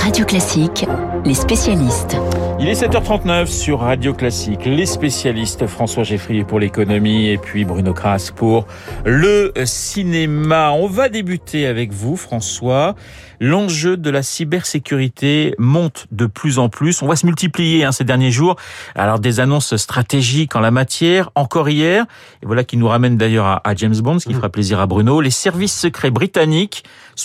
Radio Classique, les spécialistes. Il est 7h39 sur Radio Classique. Les spécialistes, François Geffrier pour l'économie et puis Bruno Kras pour le cinéma. On va débuter avec vous, François. L'enjeu de la cybersécurité monte de plus en plus. On va se multiplier ces derniers jours. Alors des annonces stratégiques en la matière, encore hier. Et voilà qui nous ramène d'ailleurs à James Bond, ce qui fera plaisir à Bruno. Les services secrets britanniques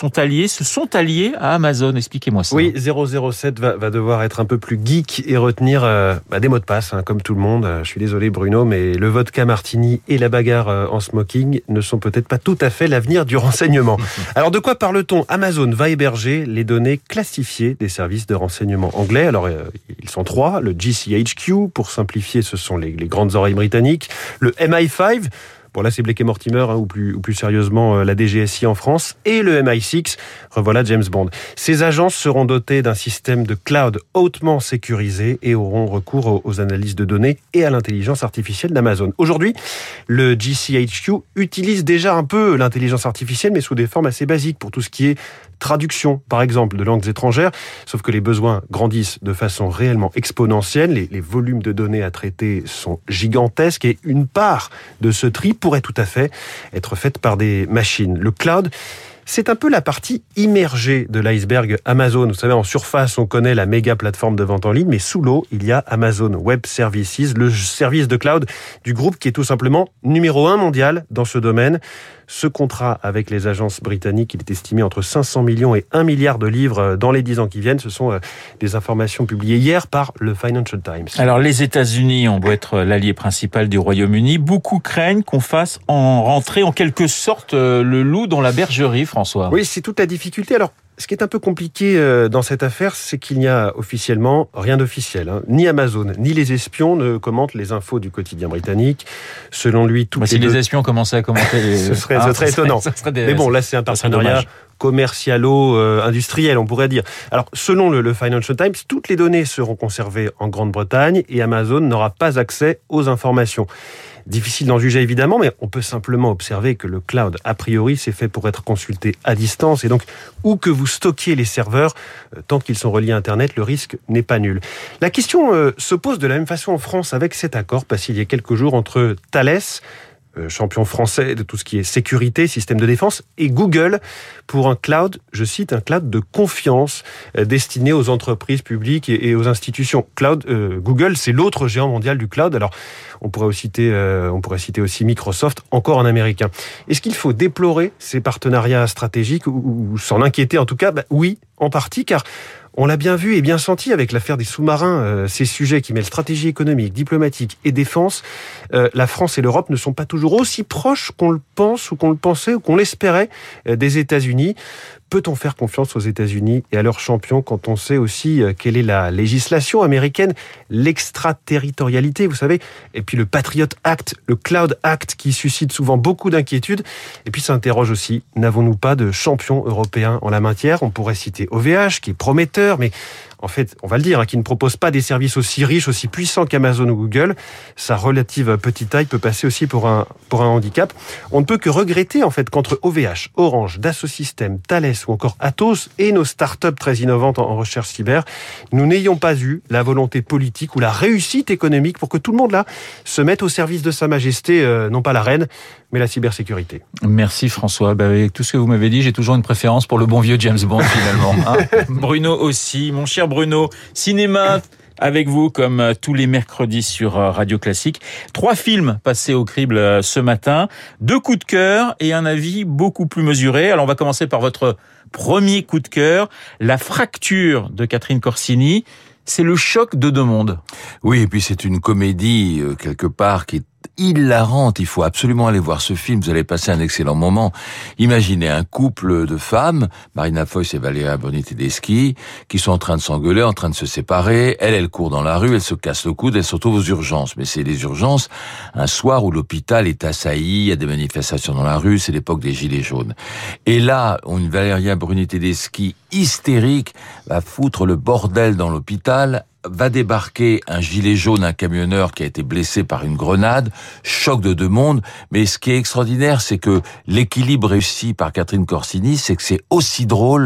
se sont alliés à Amazon. Expliquez-moi ça. Oui, 007 va devoir être un peu plus geek et retenir des mots de passe, comme tout le monde. Je suis désolé Bruno, mais le vodka martini et la bagarre en smoking ne sont peut-être pas tout à fait l'avenir du renseignement. Alors de quoi parle-t-on ? Amazon va héberger les données classifiées des services de renseignement anglais. Alors ils sont trois, le GCHQ, pour simplifier ce sont les grandes oreilles britanniques, le MI5, bon là c'est Blake et Mortimer, ou plus sérieusement la DGSI en France, et le MI6, revoilà James Bond. Ces agences seront dotées d'un système de cloud hautement sécurisé et auront recours aux analyses de données et à l'intelligence artificielle d'Amazon. Aujourd'hui, le GCHQ utilise déjà un peu l'intelligence artificielle, mais sous des formes assez basiques pour tout ce qui est traduction, par exemple, de langues étrangères, sauf que les besoins grandissent de façon réellement exponentielle, les volumes de données à traiter sont gigantesques et une part de ce tri pourrait tout à fait être faite par des machines. Le cloud, c'est un peu la partie immergée de l'iceberg Amazon. Vous savez, en surface, on connaît la méga plateforme de vente en ligne, mais sous l'eau, il y a Amazon Web Services, le service de cloud du groupe qui est tout simplement numéro 1 mondial dans ce domaine. Ce contrat avec les agences britanniques, il est estimé entre 500 millions et 1 milliard de livres dans les 10 ans qui viennent. Ce sont des informations publiées hier par le Financial Times. Alors, les États-Unis ont beau être l'allié principal du Royaume-Uni, beaucoup craignent qu'on fasse rentrer en quelque sorte le loup dans la bergerie, François. Oui, c'est toute la difficulté. Alors, ce qui est un peu compliqué dans cette affaire, c'est qu'il n'y a officiellement rien d'officiel. Ni Amazon, ni les espions ne commentent les infos du quotidien britannique. Selon lui, si les espions commençaient à commenter... ce serait étonnant. Mais bon, là, c'est un partenariat commercialo-industriel, on pourrait dire. Alors, selon le Financial Times, toutes les données seront conservées en Grande-Bretagne et Amazon n'aura pas accès aux informations. Difficile d'en juger évidemment, mais on peut simplement observer que le cloud, a priori, c'est fait pour être consulté à distance. Et donc, où que vous stockiez les serveurs, tant qu'ils sont reliés à Internet, le risque n'est pas nul. La question se pose de la même façon en France avec cet accord passé il y a quelques jours entre Thales, champion français de tout ce qui est sécurité, système de défense, et Google pour un cloud, je cite, un cloud de confiance destiné aux entreprises publiques et aux institutions. Google, c'est l'autre géant mondial du cloud. Alors, on pourrait citer aussi Microsoft, encore un américain. Est-ce qu'il faut déplorer ces partenariats stratégiques ou s'en inquiéter en tout cas ? Oui, en partie, car on l'a bien vu et bien senti avec l'affaire des sous-marins, ces sujets qui mêlent stratégie économique, diplomatique et défense. La France et l'Europe ne sont pas toujours aussi proches qu'on le pense ou qu'on le pensait ou qu'on l'espérait des États-Unis. Peut-on faire confiance aux États-Unis et à leurs champions quand on sait aussi quelle est la législation américaine, l'extraterritorialité, vous savez, et puis le Patriot Act, le Cloud Act qui suscite souvent beaucoup d'inquiétudes. Et puis ça interroge aussi, n'avons-nous pas de champions européens en la matière ? On pourrait citer OVH qui est prometteur, mais en fait, on va le dire, qui ne propose pas des services aussi riches, aussi puissants qu'Amazon ou Google. Sa relative petite taille peut passer aussi pour un handicap. On ne peut que regretter, en fait, qu'entre OVH, Orange, Dassault Systèmes, Thales ou encore Atos et nos startups très innovantes en recherche cyber, nous n'ayons pas eu la volonté politique ou la réussite économique pour que tout le monde, là, se mette au service de Sa Majesté, non pas la reine, mais la cybersécurité. Merci François. Avec tout ce que vous m'avez dit, j'ai toujours une préférence pour le bon vieux James Bond finalement. Bruno aussi, mon cher Bruno, cinéma avec vous comme tous les mercredis sur Radio Classique. 3 films passés au crible ce matin, 2 coups de cœur et un avis beaucoup plus mesuré. Alors on va commencer par votre premier coup de cœur, La fracture de Catherine Corsini. C'est le choc de 2 mondes. Oui, et puis c'est une comédie quelque part qui est hilarante. Il faut absolument aller voir ce film. Vous allez passer un excellent moment. Imaginez un couple de femmes, Marina Foïs et Valeria Bruni Tedeschi, qui sont en train de s'engueuler, en train de se séparer. Elle court dans la rue, elle se casse le coude, elle se retrouve aux urgences. Mais c'est les urgences un soir où l'hôpital est assailli, il y a des manifestations dans la rue, c'est l'époque des gilets jaunes. Et là, une Valeria Bruni Tedeschi hystérique va foutre le bordel dans l'hôpital. Va débarquer un gilet jaune, un camionneur qui a été blessé par une grenade, choc de 2 mondes. Mais ce qui est extraordinaire, c'est que l'équilibre réussi par Catherine Corsini, c'est que c'est aussi drôle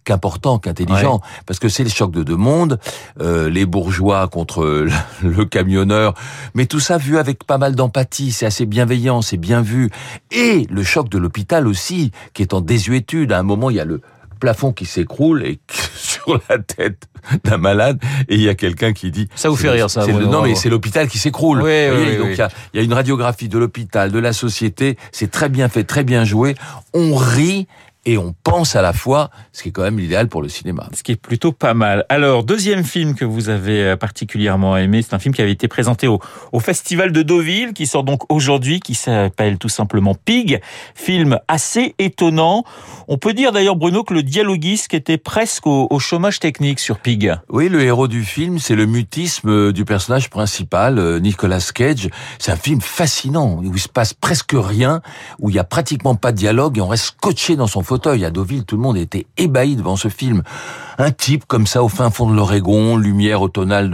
qu'important, qu'intelligent, parce que c'est le choc de deux mondes, les bourgeois contre le camionneur, mais tout ça vu avec pas mal d'empathie, c'est assez bienveillant, c'est bien vu, et le choc de l'hôpital aussi, qui est en désuétude. À un moment, il y a le plafond qui s'écroule et sur la tête d'un malade, et il y a quelqu'un qui dit... Ça vous fait rire, ça? Non, mais c'est l'hôpital qui s'écroule. Oui, oui, donc il y a une radiographie de l'hôpital, de la société, c'est très bien fait, très bien joué. On rit et on pense à la fois, ce qui est quand même l'idéal pour le cinéma. Ce qui est plutôt pas mal. Alors, deuxième film que vous avez particulièrement aimé, c'est un film qui avait été présenté au Festival de Deauville, qui sort donc aujourd'hui, qui s'appelle tout simplement Pig. Film assez étonnant. On peut dire d'ailleurs, Bruno, que le dialoguiste était presque au chômage technique sur Pig. Oui, le héros du film, c'est le mutisme du personnage principal, Nicolas Cage. C'est un film fascinant, où il se passe presque rien, où il y a pratiquement pas de dialogue, et on reste scotché dans son fauteuil. À Deauville, tout le monde était ébahi devant ce film. Un type comme ça au fin fond de l'Oregon, lumière automnale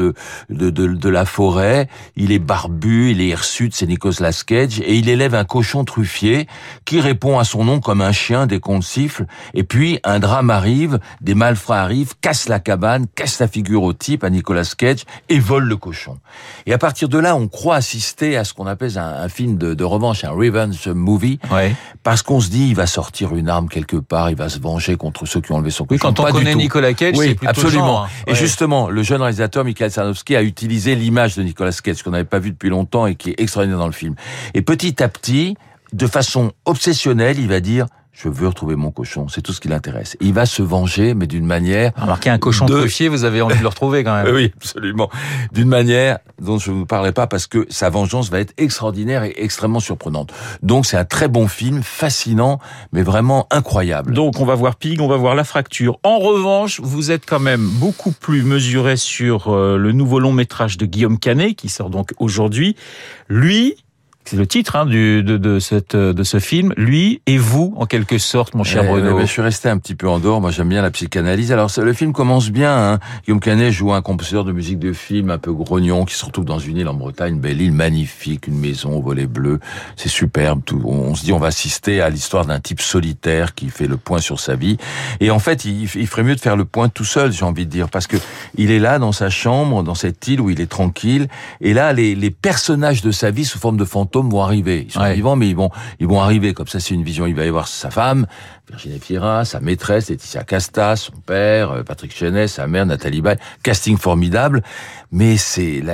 de la forêt, il est barbu, il est hirsute, c'est Nicolas Cage, et il élève un cochon truffier qui répond à son nom comme un chien dès qu'on le siffle, et puis un drame arrive, des malfrats arrivent, cassent la cabane, cassent la figure au type, à Nicolas Cage, et volent le cochon. Et à partir de là, on croit assister à ce qu'on appelle un film de revanche, un revenge movie, parce qu'on se dit, il va sortir une arme quelque part, il va se venger contre ceux qui ont enlevé son cochon. Oui, quand on connaît Nicolas Cage, c'est plutôt absolument. Genre, Et justement, le jeune réalisateur Michael Sarnowski a utilisé l'image de Nicolas Cage qu'on n'avait pas vu depuis longtemps et qui est extraordinaire dans le film. Et petit à petit, de façon obsessionnelle, il va dire: je veux retrouver mon cochon, c'est tout ce qui l'intéresse. Il va se venger, mais d'une manière... Remarquez, un cochon truffier, vous avez envie de le retrouver quand même. Oui, absolument. D'une manière dont je ne vous parlerai pas, parce que sa vengeance va être extraordinaire et extrêmement surprenante. Donc c'est un très bon film, fascinant, mais vraiment incroyable. Donc on va voir Pig, on va voir La Fracture. En revanche, vous êtes quand même beaucoup plus mesuré sur le nouveau long métrage de Guillaume Canet, qui sort donc aujourd'hui. Lui... C'est le titre de ce film. Lui et vous, en quelque sorte, mon cher Bruno. Je suis resté un petit peu en dehors. Moi, j'aime bien la psychanalyse. Alors, le film commence bien. Guillaume Canet joue un compositeur de musique de film un peu grognon qui se retrouve dans une île en Bretagne, une belle île magnifique, une maison au volet bleu. C'est superbe. On se dit, on va assister à l'histoire d'un type solitaire qui fait le point sur sa vie. Et en fait, il ferait mieux de faire le point tout seul, j'ai envie de dire, parce que il est là dans sa chambre, dans cette île où il est tranquille. Et là, les personnages de sa vie sous forme de fantômes vont arriver. Ils sont vivants, mais ils vont arriver. Comme ça, c'est une vision. Il va y avoir sa femme, Virginie Fira, sa maîtresse, Laetitia Casta, son père, Patrick Chenet, sa mère, Nathalie Baye. Casting formidable. Mais c'est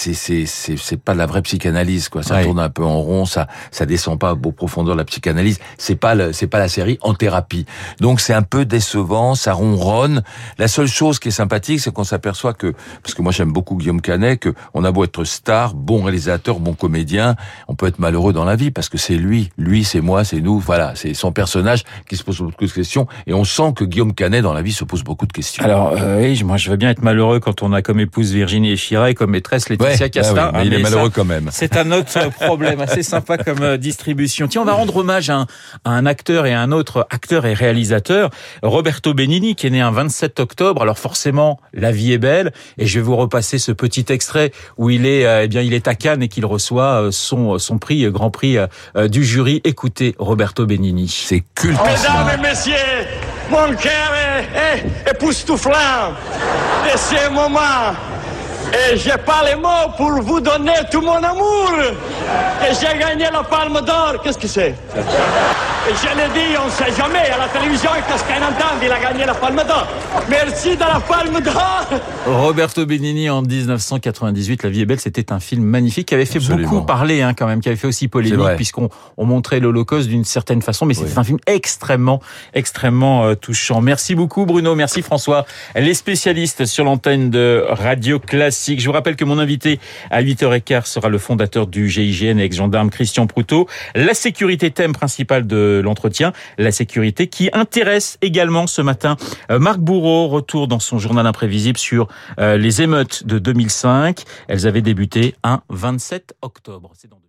pas de la vraie psychanalyse, quoi. Ça tourne un peu en rond, ça descend pas aux profondeurs de la psychanalyse. C'est pas la série En thérapie. Donc c'est un peu décevant, ça ronronne. La seule chose qui est sympathique, c'est qu'on s'aperçoit que, parce que moi j'aime beaucoup Guillaume Canet, que on a beau être star, bon réalisateur, bon comédien, on peut être malheureux dans la vie parce que c'est lui, c'est moi, c'est nous, voilà, c'est son personnage qui se pose beaucoup de questions, et on sent que Guillaume Canet dans la vie se pose beaucoup de questions. Alors oui, moi je veux bien être malheureux quand on a comme épouse Virginie Efira et comme maîtresse Laetitia Casta. Mais il est malheureux quand même. C'est un autre problème, assez sympa comme distribution. Tiens, on va rendre hommage à un acteur et à un autre acteur et réalisateur, Roberto Benigni, qui est né un 27 octobre. Alors forcément, la vie est belle, et je vais vous repasser ce petit extrait où il est à Cannes et qu'il reçoit son prix, Grand Prix du jury. Écoutez Roberto Benigni. C'est culte. Mesdames et messieurs, mon cœur est époustouflant de ce moment. Et j'ai pas les mots pour vous donner tout mon amour. Et j'ai gagné la Palme d'Or. Qu'est-ce que c'est? Et je l'ai dit, on ne sait jamais. À la télévision, qu'est-ce qu'on entend? Il a gagné la Palme d'Or. Merci de la Palme d'Or. Roberto Benigni en 1998, La vie est belle, c'était un film magnifique qui avait fait beaucoup parler, quand même, qui avait fait aussi polémique, puisqu'on montrait l'Holocauste d'une certaine façon, mais c'était un film extrêmement touchant. Merci beaucoup Bruno, merci François. Les spécialistes sur l'antenne de Radio Classique. Je vous rappelle que mon invité à 8h15 sera le fondateur du GIGN et ex-gendarme Christian Proutot. La sécurité, thème principal de l'entretien, la sécurité qui intéresse également ce matin Marc Bourreau. Retour dans son journal imprévisible sur les émeutes de 2005. Elles avaient débuté un 27 octobre. C'est dans